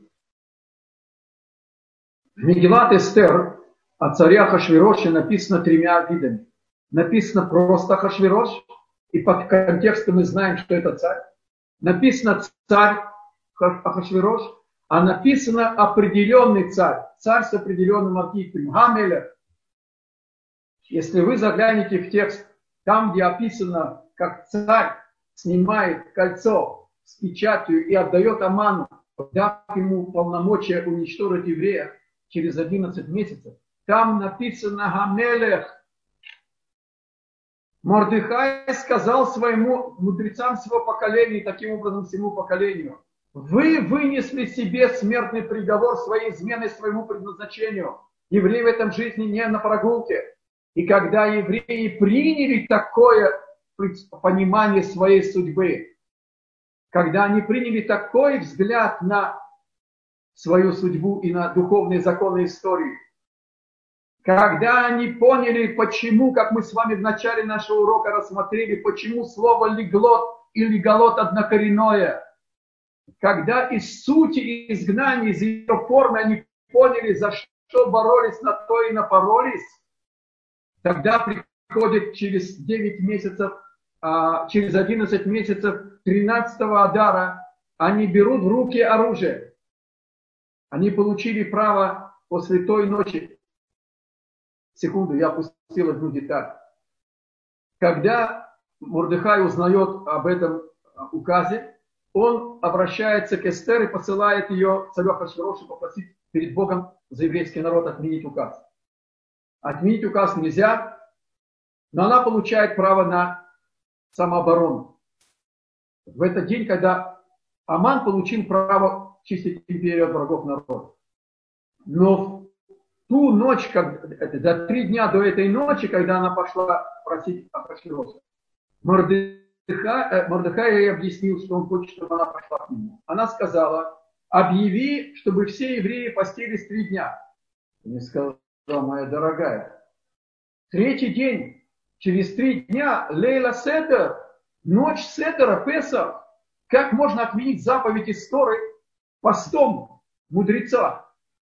В Мегилат Эстер о царе Ахашвироше написано тремя видами. Написано просто Ахашвирош, и под контекстом мы знаем, что это царь. Написано царь Ахашвирош, а написано определенный царь. Царь с определенным архетипом. Гамелех. Если вы заглянете в текст, там, где описано, как царь снимает кольцо с печатью и отдает Аману, дав ему полномочия уничтожить еврея через одиннадцать месяцев, там написано Гамелех. Мордехай сказал своему мудрецам своего поколения, таким образом всему поколению: вы вынесли себе смертный приговор своей изменой своему предназначению. Евреи в этом жизни не на прогулке. И когда евреи приняли такое понимание своей судьбы, когда они приняли такой взгляд на свою судьбу и на духовные законы истории, когда они поняли, почему, как мы с вами в начале нашего урока рассмотрели, почему слово леглот и леголот однокоренное, когда из сути изгнания, из ее формы они поняли, за что боролись, на то и напоролись, тогда приходит через девять месяцев, через одиннадцать месяцев тринадцатого Адара, они берут в руки оружие. Они получили право после той ночи. Секунду, я опустил одну деталь. Когда Мордехай узнает об этом указе, он обращается к Эстер и посылает ее царю Ахашвирошу попросить перед Богом за еврейский народ отменить указ. Отменить указ нельзя, но она получает право на самооборону. В этот день, когда Аман получил право чистить империю от врагов народа. Но в ту ночь, как, за три дня до этой ночи, когда она пошла просить Ахашвироша, Мордехай, Мордехай ей объяснил, что он хочет, чтобы она пошла к нему. Она сказала: объяви, чтобы все евреи постились три дня. Мне сказала: моя дорогая, третий день, через три дня, Лейла Седер, ночь Седера, Песах, как можно отменить заповедь из Торы постом мудреца?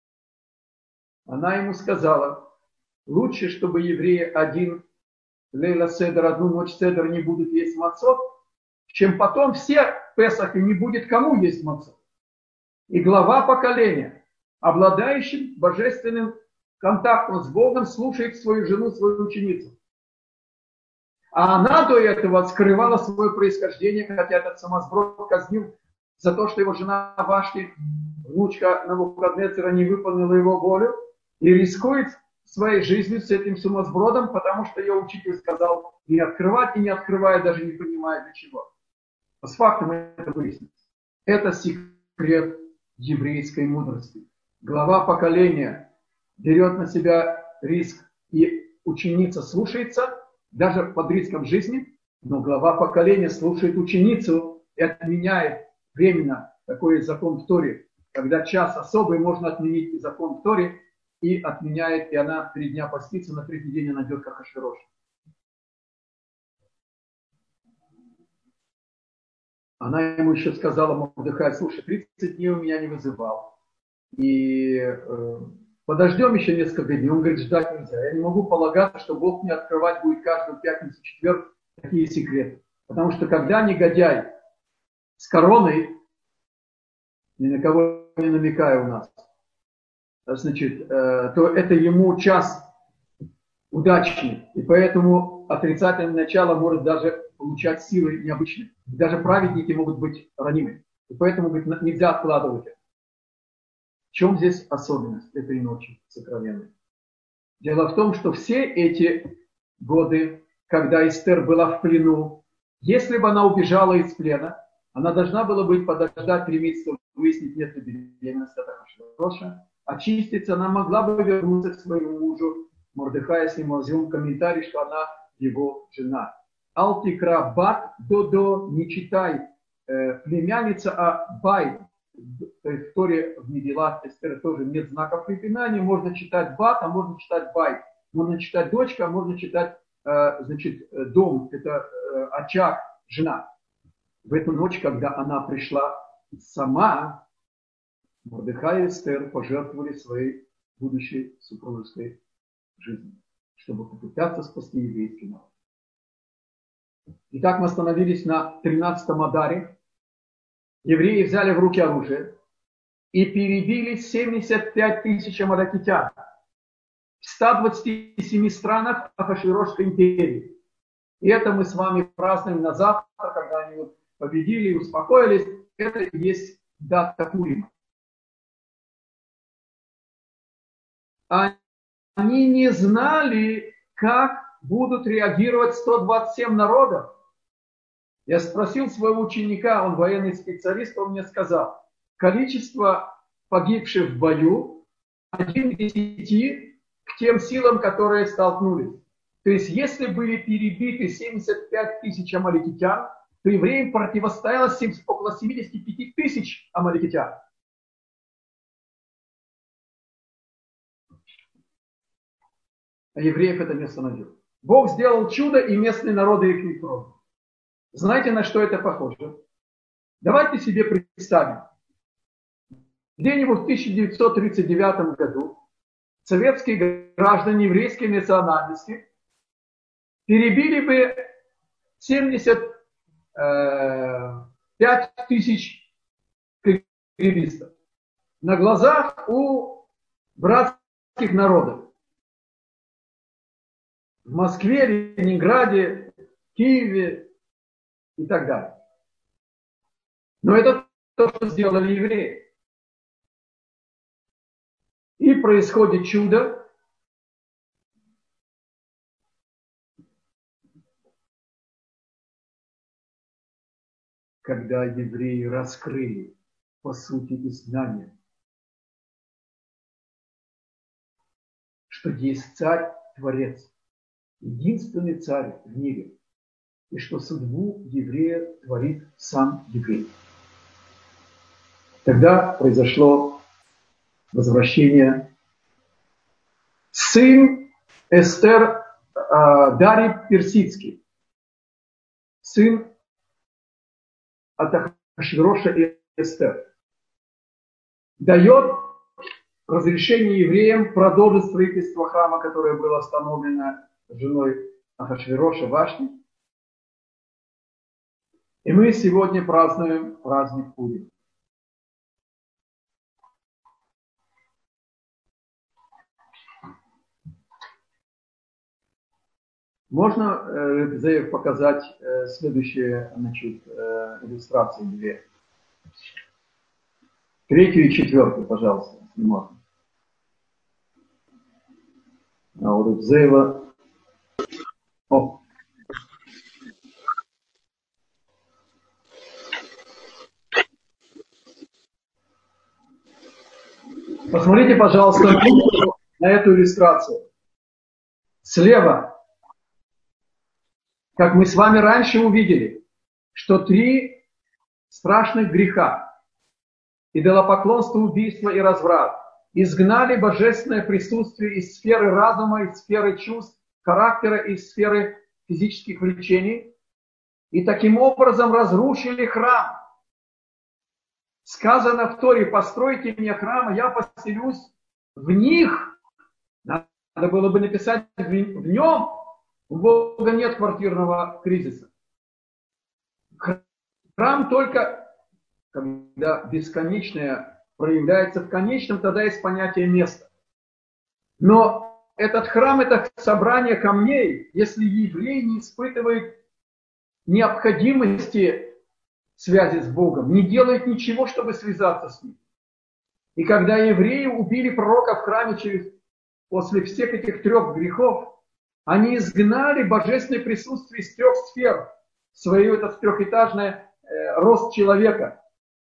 Она ему сказала: лучше, чтобы евреи один Лейла Седер, одну ночь Седер не будут есть мацот, чем потом все Песах и не будет кому есть мацот. И глава поколения, обладающий божественным контактом с Богом, слушает свою жену, свою ученицу. А она до этого скрывала свое происхождение, хотя этот самосброд казнил за то, что его жена Вашти, внучка Навуходоносора, не выполнила его волю и рискует своей жизнью с этим сумасбродом, потому что ее учитель сказал не открывать, и не открывая, даже не понимая для чего. С фактом это выяснится. Это секрет еврейской мудрости. Глава поколения берет на себя риск, и ученица слушается, даже под риском жизни, но глава поколения слушает ученицу и отменяет временно такой закон в Торе, когда час особый, можно отменить и закон в Торе, и отменяет, и она три дня постится, на третий день она идет к Ахашвирошу. Она ему еще сказала: Мордехай, слушай, тридцать дней у меня не вызывал. И э, подождем еще несколько дней. Он говорит, ждать нельзя. Я не могу полагаться, что Бог мне открывать будет каждую пятницу, четверг такие секреты. Потому что когда негодяй с короной, ни на кого не намекая у нас, значит, то это ему час удачный. И поэтому отрицательное начало может даже получать силы необычные. Даже праведники могут быть ранимы. И поэтому, говорит, нельзя откладывать это. В чем здесь особенность этой ночи сокровенной? Дело в том, что все эти годы, когда Эстер была в плену, если бы она убежала из плена, она должна была быть подождать три месяца, выяснить, нет ли беременности, это хорошо, очиститься, она могла бы вернуться к своему мужу, Мордехай, с ним возьмем комментарий, что она его жена. Алтикра бат додо, не читай э, племянница, а бай. То есть в Торе в Мегилат Эстер тоже нет знаков препинания. Можно читать бат, а можно читать бай. Можно читать дочка, а можно читать э, значит, дом. Это э, очаг, жена. В эту ночь, когда она пришла сама, Мордехай и Эстер пожертвовали своей будущей супружеской жизнью, чтобы попытаться спасти еврейский народ. Итак, мы остановились на тринадцатом Адаре. Евреи взяли в руки оружие и перебили семьдесят пять тысяч амаликитян в ста двадцати семи странах Ахашвирошской империи. И это мы с вами празднуем на завтра, когда они вот победили и успокоились. Это и есть дата Пурима. Они не знали, как будут реагировать сто двадцать семь народов. Я спросил своего ученика, он военный специалист, он мне сказал, количество погибших в бою один к десяти к тем силам, которые столкнулись. То есть, если были перебиты семьдесят пять тысяч амаликитян, то евреям противостояло около семьдесят пять тысяч амаликитян. А евреев это не остановило. Бог сделал чудо, и местные народы их не тронули. Знаете, на что это похоже? Давайте себе представим. Где-нибудь в тысяча девятьсот тридцать девятом году советские граждане еврейской национальности перебили бы семьдесят пять тысяч кириллистов на глазах у братских народов. В Москве, Ленинграде, Киеве и так далее. Но это то, что сделали евреи. И происходит чудо. Когда евреи раскрыли, по сути, изгнание, что есть царь-творец, единственный царь в мире, и что судьбу еврея творит сам еврей. Тогда произошло возвращение. Сын Эстер, э, Дарий Персидский, сын от Ахашвироша и Эстер, дает разрешение евреям продолжить строительство храма, которое было остановлено женой Ахашвироша, Вашти. И мы сегодня празднуем праздник Пурим. Можно, э, Заев, показать э, следующие, значит, э, иллюстрации две? Третью и четвертую, пожалуйста, если можно. А вот Заева. О. Посмотрите, пожалуйста, на эту иллюстрацию. Слева, как мы с вами раньше увидели, что три страшных греха – идолопоклонство, убийство и разврат – изгнали божественное присутствие из сферы разума, из сферы чувств, характера, из сферы физических влечений, и таким образом разрушили храм. Сказано в Торе: постройте мне храм, а я поселюсь в них, надо было бы написать в нем, у Бога нет квартирного кризиса. Храм только, когда бесконечное проявляется в конечном, тогда есть понятие места. Но этот храм – это собрание камней, если еврей не испытывает необходимости связи с Богом, не делает ничего, чтобы связаться с ним. И когда евреи убили пророка в храме через, после всех этих трех грехов, они изгнали божественное присутствие из трех сфер, свое это трехэтажный э, рост человека.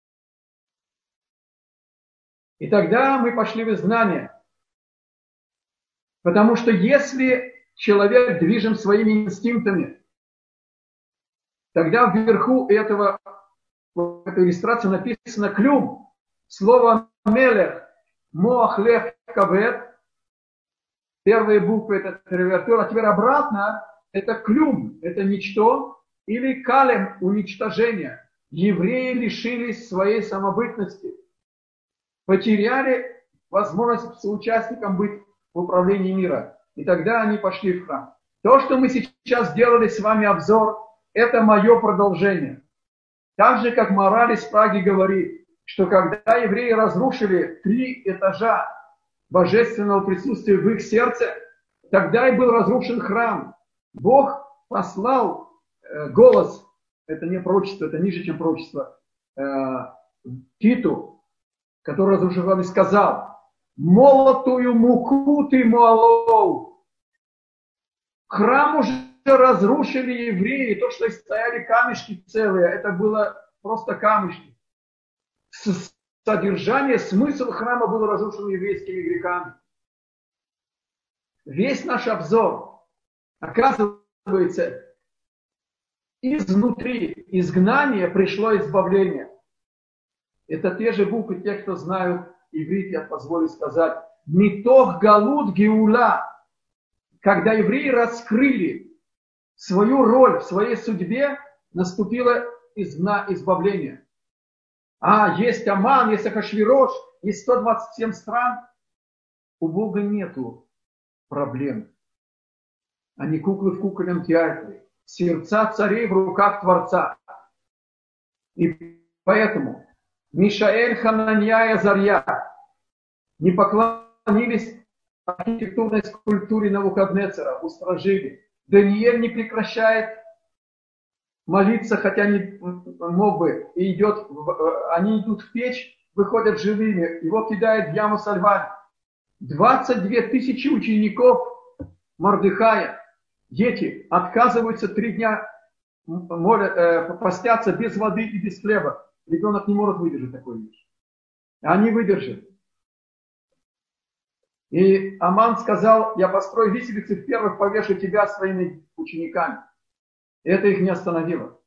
И тогда мы пошли в изгнание. Потому что если человек движим своими инстинктами, тогда вверху этого, в этой иллюстрации написано клюм. Слово мелех, моах лех кавет. Первые буквы это тервертур, а теперь обратно это клюм, это ничто, или калем, уничтожение. Евреи лишились своей самобытности, потеряли возможность соучастникам быть в управлении мира. И тогда они пошли в храм. То, что мы сейчас сделали с вами обзор, это мое продолжение. Так же, как Мораль из Праги говорит, что когда евреи разрушили три этажа божественного присутствия в их сердце, тогда и был разрушен храм. Бог послал э, голос, это не пророчество, это ниже, чем пророчество, э, Титу, который разрушил, и сказал: молотую муку ты молол. Храм уже разрушили евреи, то, что стояли камешки целые, это было просто камешки. Содержание, смысл храма был разрушен еврейскими грехами. Весь наш обзор, оказывается, изнутри изгнания пришло избавление. Это те же буквы, те, кто знают иврит, я позволю сказать. Митох галут геула. Когда евреи раскрыли свою роль в своей судьбе, наступило избавление. А, есть Аман, есть Ахашвирош, есть сто двадцать семь стран. У Бога нету проблем. Они куклы в кукольном театре. Сердца царей в руках Творца. И поэтому Мишаэль, Хананья и Азарья не поклонились архитектурной скульптуре Навуходоносора, устражили. Даниэль не прекращает молиться, хотя не мог бы, и идет, они идут в печь, выходят живыми, его кидают в яму со львами. двадцать две тысячи учеников Мордехая, дети, отказываются три дня молят, э, постятся без воды и без хлеба. Ребенок не может выдержать такой вещь. Они выдержат. И Аман сказал: я построю виселицы, в первых повешу тебя своими учениками. Это их не остановило.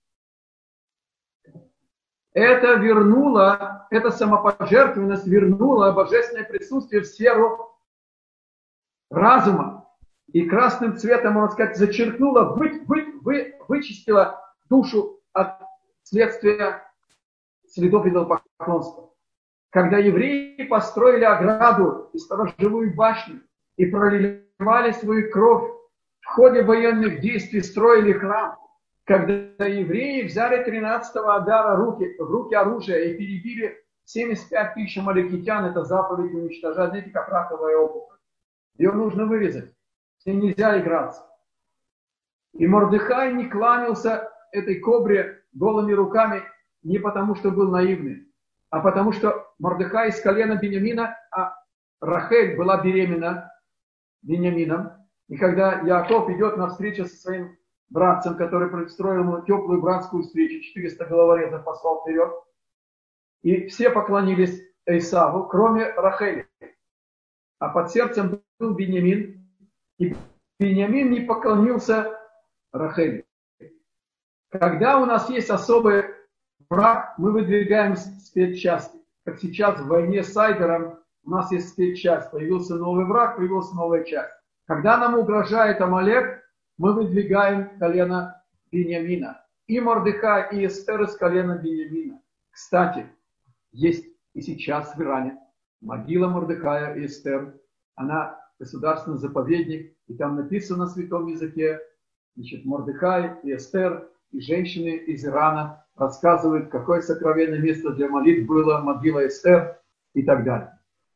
Это вернуло, эта самопожертвованность вернула божественное присутствие в сферу разума. И красным цветом, можно сказать, зачеркнула, вы, вы, вы, вычистила душу от следствия следов идолопоклонства. Когда евреи построили ограду и сторожевую башню и проливали свою кровь, в ходе военных действий строили храм, когда евреи взяли тринадцатого Адара руки, в руки оружие и перебили семьдесят пять тысяч амаликитян, это заповедь уничтожать, знаете, как раковая опухоль. Ее нужно вырезать, с ней нельзя играться. И Мордехай не кланялся этой кобре голыми руками не потому, что был наивный, а потому что Мордехай из колена Биньямина, а Рахель была беременна Биньямином. И когда Яаков идет на встречу со своим братцем, который предстроил ему теплую братскую встречу, четыреста головорезов послал вперед, и все поклонились Эйсаву, кроме Рахели. А под сердцем был Биньямин, и Биньямин не поклонился Рахели. Когда у нас есть особый враг, мы выдвигаем спецчасти. Как сейчас в войне с Сайдером у нас есть спецчасть. Появился новый враг, появилась новая часть. Когда нам угрожает Амалек, мы выдвигаем колено Биньямина. И Мордехай, и Эстер из колена Биньямина. Кстати, есть и сейчас в Иране могила Мордехая и Эстер, она государственный заповедник, и там написано на святом языке, значит, Мордехай и Эстер, и женщины из Ирана рассказывают, какое сокровенное место для молитв было могила Эстер и так далее.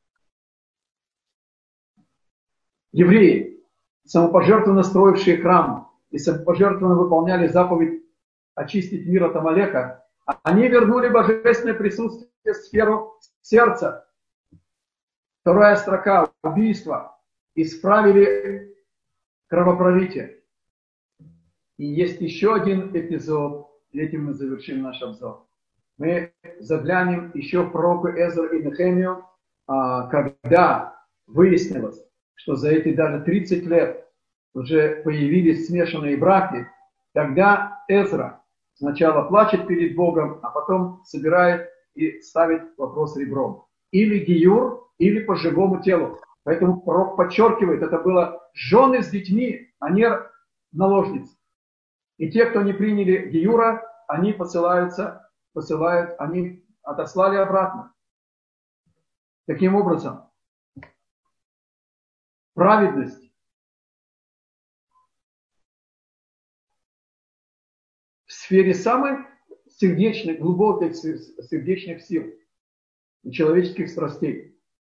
Евреи, самопожертвованно строившие храм и самопожертвованно выполняли заповедь очистить мир от Амалека, они вернули божественное присутствие в сферу сердца. Вторая строка – убийство. Исправили кровопролитие. И есть еще один эпизод, и этим мы завершим наш обзор. Мы заглянем еще в пророку Эзру и Нехемию, когда выяснилось, что за эти даже тридцать лет уже появились смешанные браки, тогда Эзра сначала плачет перед Богом, а потом собирает и ставит вопрос ребром. Или гиюр, или по живому телу. Поэтому пророк подчеркивает, это было жены с детьми, а не наложницы. И те, кто не приняли гиюра, они посылаются, посылают, они отослали обратно. Таким образом, праведность в сфере самых сердечных, глубоких сердечных сил, человеческих страстей.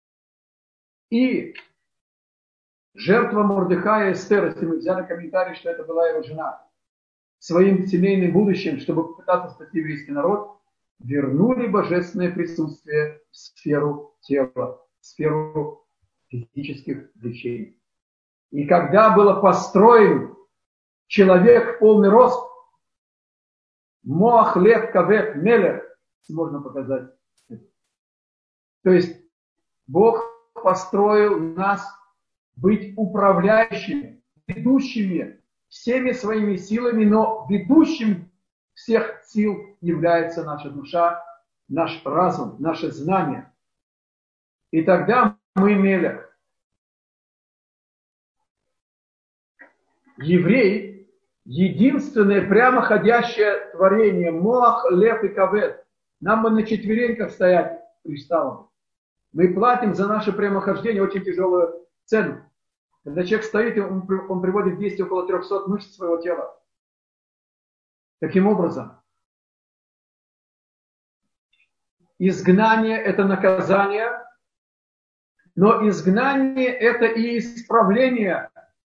И жертва Мордехая и Эстер, если мы взяли комментарий, что это была его жена, своим семейным будущим, чтобы попытаться спасти еврейский народ, вернули божественное присутствие в сферу тела, в сферу физических влечений. И когда был построен человек в полный рост, Моах Лев Кавет Мелех, можно показать. То есть Бог построил нас быть управляющими, ведущими всеми своими силами, но ведущим всех сил является наша душа, наш разум, наше знание. И тогда мы Мелех. Еврей — единственное прямоходящее творение, Моах, Лев и Кавет. Нам бы на четвереньках стоять пристало. Мы платим за наше прямохождение очень тяжелую цену. Когда человек стоит, он, он приводит в действие около трехсот мышц своего тела. Таким образом, изгнание – это наказание, но изгнание – это и исправление.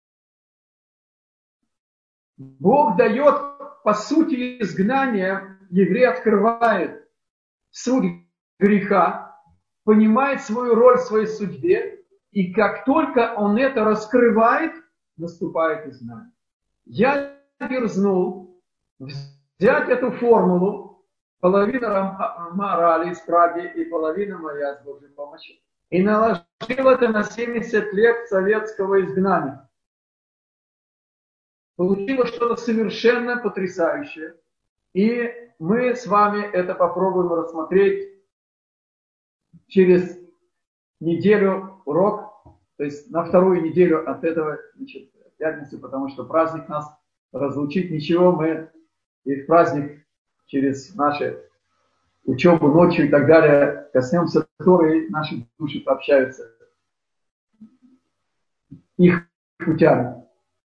Бог дает, по сути, изгнание, еврей открывает суть греха, понимает свою роль в своей судьбе, и как только он это раскрывает, наступает изгнание. Я дерзнул взять эту формулу, половина морали из Праги и половина моя с Божьей помощью, и наложил это на семьдесят лет советского изгнания. Получилось что-то совершенно потрясающее. И мы с вами это попробуем рассмотреть через неделю урок, то есть на вторую неделю от этого, значит, пятницы, потому что праздник нас разлучит. Ничего, мы и в праздник через наши учебу ночью и так далее коснемся Торы, и наши души пообщаются их путями.